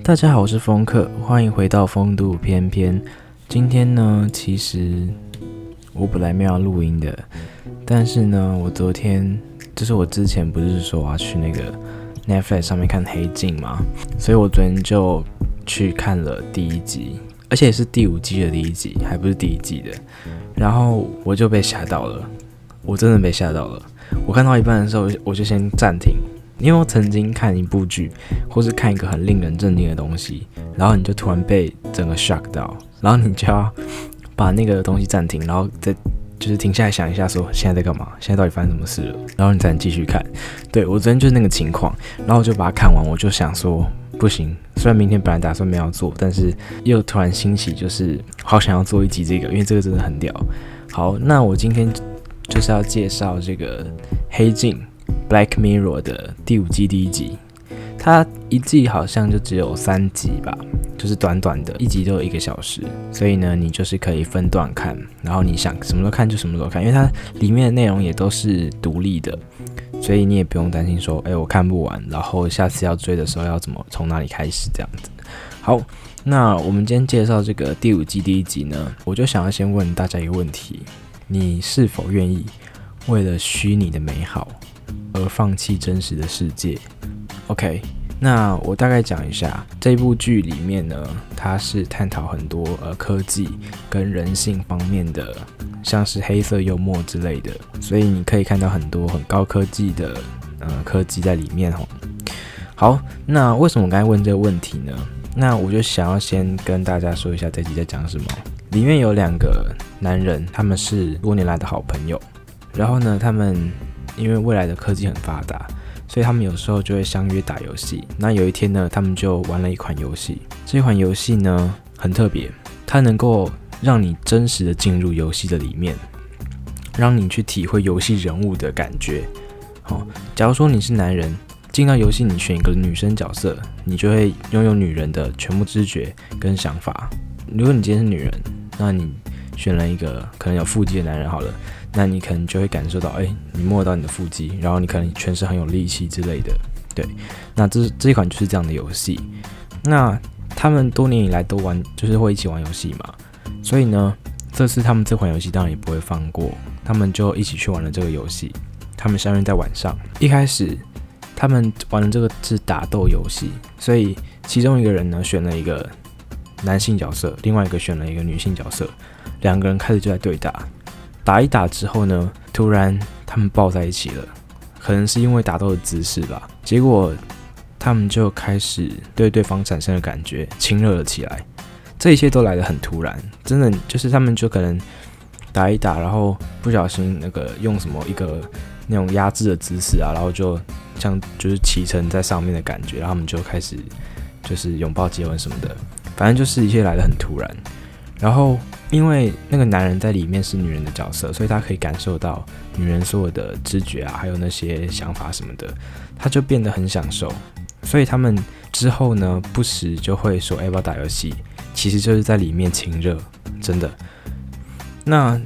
大家好，我是风客，欢迎回到风度翩翩。今天呢，其实我本来没有要录音的，但是呢，我昨天就是我之前不是说我要去那个 Netflix 上面看黑镜嘛，所以我昨天就去看了第一集，而且是第5季的第一集，还不是第1季的。然后我就被吓到了，我真的被吓到了。我看到一半的时候，我就先暂停。因为我曾经看一部剧，或是看一个很令人震惊的东西，然后你就突然被整个 shock 到，然后你就要把那个东西暂停，然后再就是停下来想一下，说现在在干嘛？现在到底发生什么事了？然后你才能继续看。对，我昨天就是那个情况，然后我就把它看完，我就想说不行，虽然明天本来打算没有做，但是又突然兴起，就是好想要做一集这个，因为这个真的很屌。好，那我今天就是要介绍这个黑镜。Black Mirror 的第5季第1集，它一季好像就只有3集吧，就是短短的，一集就有1个小时，所以呢，你就是可以分段看，然后你想什么时候看就什么时候看，因为它里面的内容也都是独立的，所以你也不用担心说，我看不完，然后下次要追的时候要怎么从哪里开始这样子。好，那我们今天介绍这个第5季第1集呢，我就想要先问大家一个问题：你是否愿意为了虚拟的美好而放弃真实的世界 ？OK， 那我大概讲一下这部剧里面呢，它是探讨很多科技跟人性方面的，像是黑色幽默之类的，所以你可以看到很多很高科技的科技在里面哦。好，那为什么我刚才问这个问题呢？那我就想要先跟大家说一下这集在讲什么。里面有2个男人，他们是多年来的好朋友，然后呢，他们因为未来的科技很发达，所以他们有时候就会相约打游戏。那有一天呢，他们就玩了一款游戏。这款游戏呢很特别，它能够让你真实的进入游戏的里面，让你去体会游戏人物的感觉。假如说你是男人，进到游戏你选一个女生角色，你就会拥有女人的全部知觉跟想法。如果你今天是女人，那你选了一个可能有腹肌的男人好了，那你可能就会感受到，你摸到你的腹肌，然后你可能全身很有力气之类的。对，那这一款就是这样的游戏。那他们多年以来都玩，就是会一起玩游戏嘛，所以呢，这次他们这款游戏当然也不会放过，他们就一起去玩了这个游戏。他们相约在晚上，一开始他们玩的这个是打斗游戏，所以其中一个人呢选了一个男性角色，另外一个选了一个女性角色，2个人开始就在对打。打一打之后呢，突然他们抱在一起了，可能是因为打斗的姿势吧。结果他们就开始对对方产生了感觉，亲热了起来。这一切都来得很突然，真的就是他们就可能打一打，然后不小心用什么一个那种压制的姿势啊，然后就像就是骑乘在上面的感觉，然后他们就开始就是拥抱接吻什么的，反正就是一切来得很突然。然后因为那个男人在里面是女人的角色，所以他可以感受到女人所有的知觉啊，还有那些想法什么的，他就变得很享受。所以他们之后呢，不时就会说要不要打游戏，其实就是在里面亲热，真的。那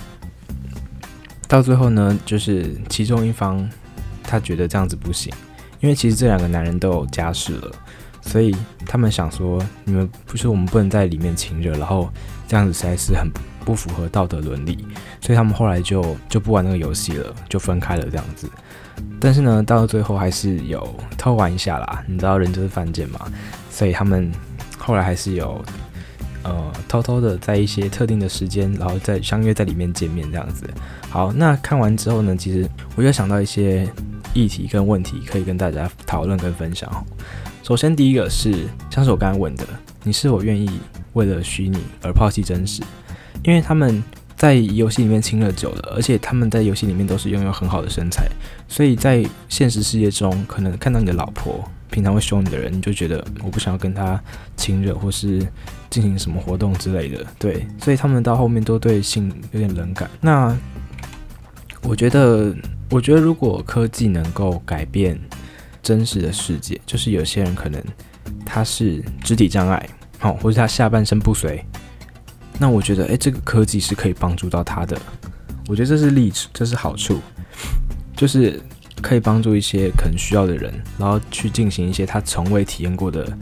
到最后呢，就是其中一方他觉得这样子不行，因为其实这2个男人都有家室了，所以他们想说，你们不是我们不能在里面亲热，然后这样子实在是很不符合道德伦理，所以他们后来就不玩那个游戏了，就分开了这样子。但是呢，到最后还是有偷玩一下啦，你知道人就是犯贱嘛，所以他们后来还是有偷偷的在一些特定的时间，然后再相约在里面见面这样子。好，那看完之后呢，其实我就想到一些议题跟问题可以跟大家讨论跟分享。首先第一个是像是我刚才问的，你是否愿意为了虚拟而抛弃真实？因为他们在游戏里面亲热久了，而且他们在游戏里面都是拥有很好的身材，所以在现实世界中，可能看到你的老婆平常会凶你的人，你就觉得我不想要跟他亲热或是进行什么活动之类的。对，所以他们到后面都对性有点冷感。那我觉得如果科技能够改变真实的世界，就是有些人可能他是肢体障碍，或是他下半身不遂，那我觉得这个科技是可以帮助到他的。我觉得这是利处，这是好处，就是可以帮助一些可能需要的人，然后去进行一些他从未体验过的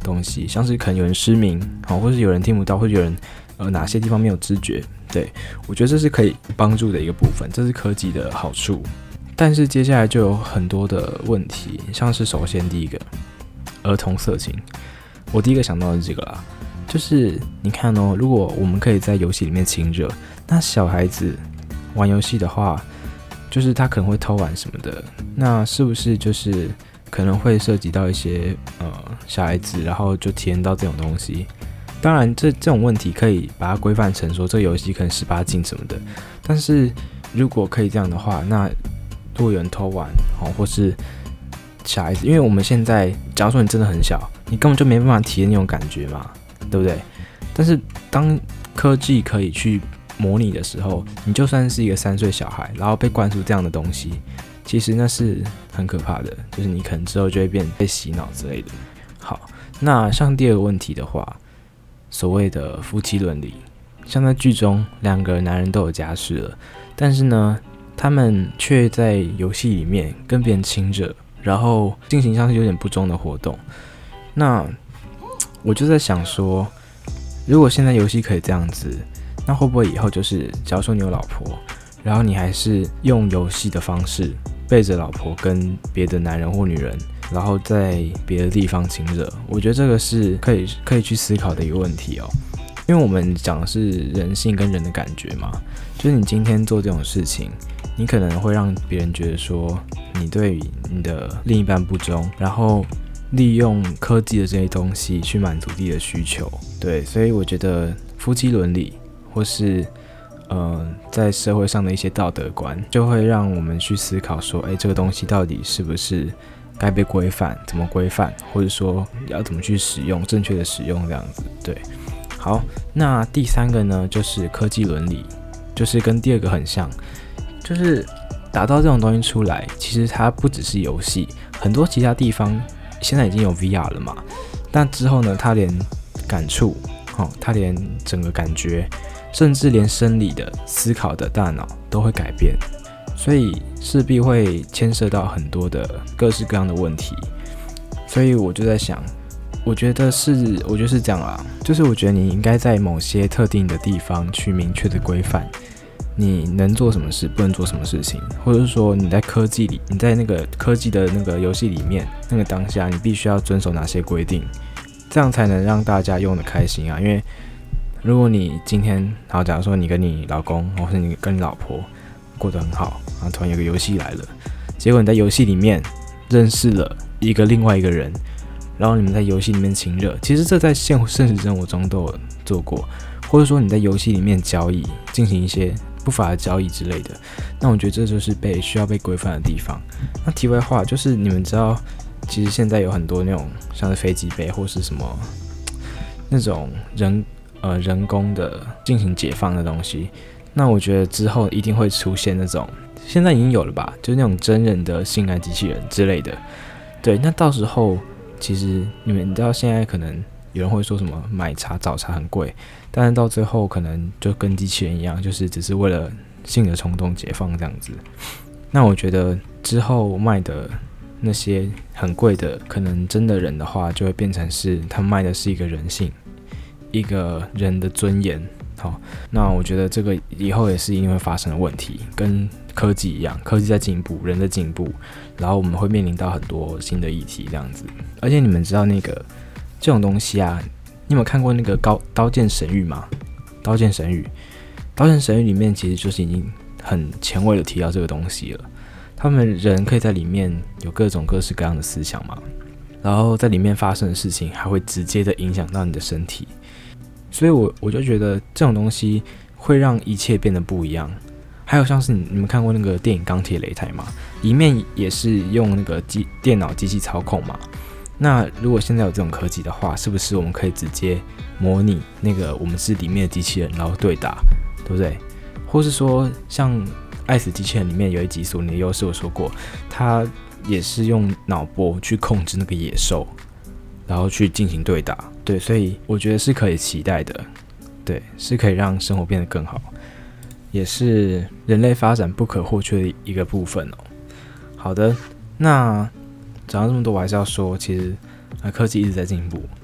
东西，像是可能有人失明，或是有人听不到，或者有人哪些地方没有知觉。对，我觉得这是可以帮助的一个部分，这是科技的好处。但是接下来就有很多的问题，像是首先第一个，儿童色情，我第一个想到的是这个啦，就是你看哦，如果我们可以在游戏里面亲热，那小孩子玩游戏的话，就是他可能会偷玩什么的，那是不是就是可能会涉及到一些小孩子，然后就体验到这种东西？当然这种问题可以把它规范成说这个游戏可能18禁什么的，但是如果可以这样的话，那如果有人偷玩或是小孩子，因为我们现在假如说你真的很小，你根本就没办法体验那种感觉嘛，对不对？但是当科技可以去模拟的时候，你就算是一个3岁小孩，然后被灌输这样的东西，其实那是很可怕的，就是你可能之后就会被洗脑之类的。好，那像第二个问题的话，所谓的夫妻伦理，像在剧中2个男人都有家室了，但是呢，他们却在游戏里面跟别人亲热，然后进行像是有点不忠的活动。那我就在想说，如果现在游戏可以这样子，那会不会以后就是假如说你有老婆，然后你还是用游戏的方式背着老婆跟别的男人或女人，然后在别的地方亲热？我觉得这个是可以去思考的一个问题哦。因为我们讲的是人性跟人的感觉嘛，就是你今天做这种事情，你可能会让别人觉得说你对你的另一半不忠，然后利用科技的这些东西去满足自己的需求。对，所以我觉得夫妻伦理或是在社会上的一些道德观，就会让我们去思考说，这个东西到底是不是该被规范，怎么规范，或者说要怎么去使用，正确的使用这样子。对，好，那第3个呢，就是科技伦理，就是跟第2个很像，就是打造这种东西出来，其实它不只是游戏，很多其他地方现在已经有 VR 了嘛，但之后呢，它连感触，它连整个感觉，甚至连生理的思考的大脑都会改变，所以势必会牵涉到很多的各式各样的问题。所以我就在想，我觉得是这样啦，就是我觉得你应该在某些特定的地方去明确的规范你能做什么事，不能做什么事情，或者是说你在科技里，你在那个科技的那个游戏里面，那个当下你必须要遵守哪些规定，这样才能让大家用得开心啊。因为如果你今天，好，假如说你跟你老公，或是你跟你老婆过得很好，然后突然有个游戏来了，结果你在游戏里面认识了另外一个人，然后你们在游戏里面亲热，其实这在现实生活中都有做过，或者说你在游戏里面交易，进行一些不法的交易之类的，那我觉得这就是需要被规范的地方。那题外话就是，你们知道，其实现在有很多那种像是飞机杯或是什么那种人工的进行解放的东西，那我觉得之后一定会出现那种，现在已经有了吧，就是那种真人的性爱机器人之类的。对，那到时候其实你们知道，现在可能有人会说什么买茶早茶很贵，但是到最后可能就跟机器人一样，就是只是为了性的冲动解放这样子。那我觉得之后卖的那些很贵的，可能真的人的话，就会变成是他们卖的是一个人性，一个人的尊严。好，那我觉得这个以后也是一定会发生的问题，跟科技一样，科技在进步，人在进步，然后我们会面临到很多新的议题这样子。而且你们知道那个这种东西啊，你有没有看过那个刀剑神域吗？刀剑神域里面其实就是已经很前卫的提到这个东西了。他们人可以在里面有各式各样的思想嘛，然后在里面发生的事情还会直接的影响到你的身体，所以我就觉得这种东西会让一切变得不一样。还有像是你们看过那个电影《钢铁擂台》吗？里面也是用那个电脑机器操控嘛。那如果现在有这种科技的话，是不是我们可以直接模拟那个我们是里面的机器人，然后对打，对不对？或是说像《爱死机器人》里面有一集索尼的优势，我说过，他也是用脑波去控制那个野兽，然后去进行对打。对，所以我觉得是可以期待的，对，是可以让生活变得更好，也是人类发展不可或缺的一个部分哦。好的，那讲到这么多，我还是要说，其实科技一直在进步，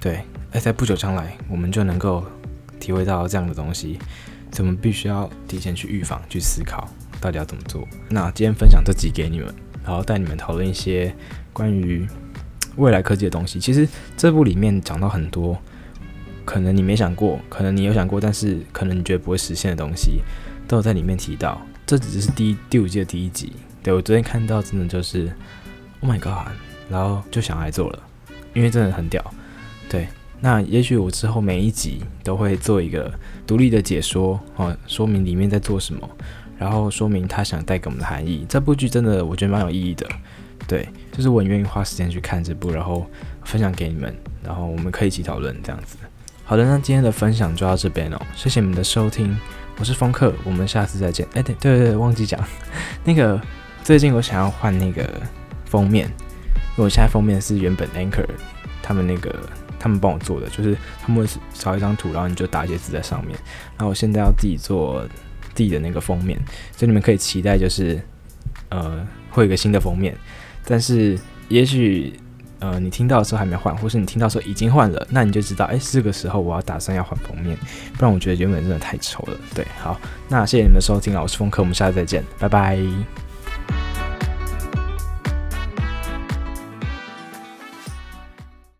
对，在不久将来，我们就能够体会到这样的东西，所以我们必须要提前去预防、去思考到底要怎么做。那今天分享这集给你们，然后带你们讨论一些关于未来科技的东西。其实这部里面讲到很多，可能你没想过，可能你有想过，但是可能你觉得不会实现的东西，都有在里面提到。这只是第5季的第1集。对，我昨天看到，真的就是 Oh my God， 然后就想来做了，因为真的很屌。对，那也许我之后每一集都会做一个独立的解说，说明里面在做什么，然后说明他想带给我们的含义。这部剧真的我觉得蛮有意义的，对，就是我很愿意花时间去看这部，然后分享给你们，然后我们可以一起讨论这样子。好的，那今天的分享就到这边哦，谢谢你们的收听，我是风客，我们下次再见。对，忘记讲，那个最近我想要换那个封面，因为我现在封面是原本 Anchor 他们帮我做的，就是他们会扫一张图，然后你就打一些字在上面。然后我现在要自己做自己的那个封面，所以你们可以期待，就是会有一个新的封面。但是也许你听到的时候还没换，或是你听到的时候已经换了，那你就知道，这个时候我要打算要换封面，不然我觉得原本真的太丑了。对，好，那谢谢你们的收听啊，我是风客，我们下次再见，拜拜。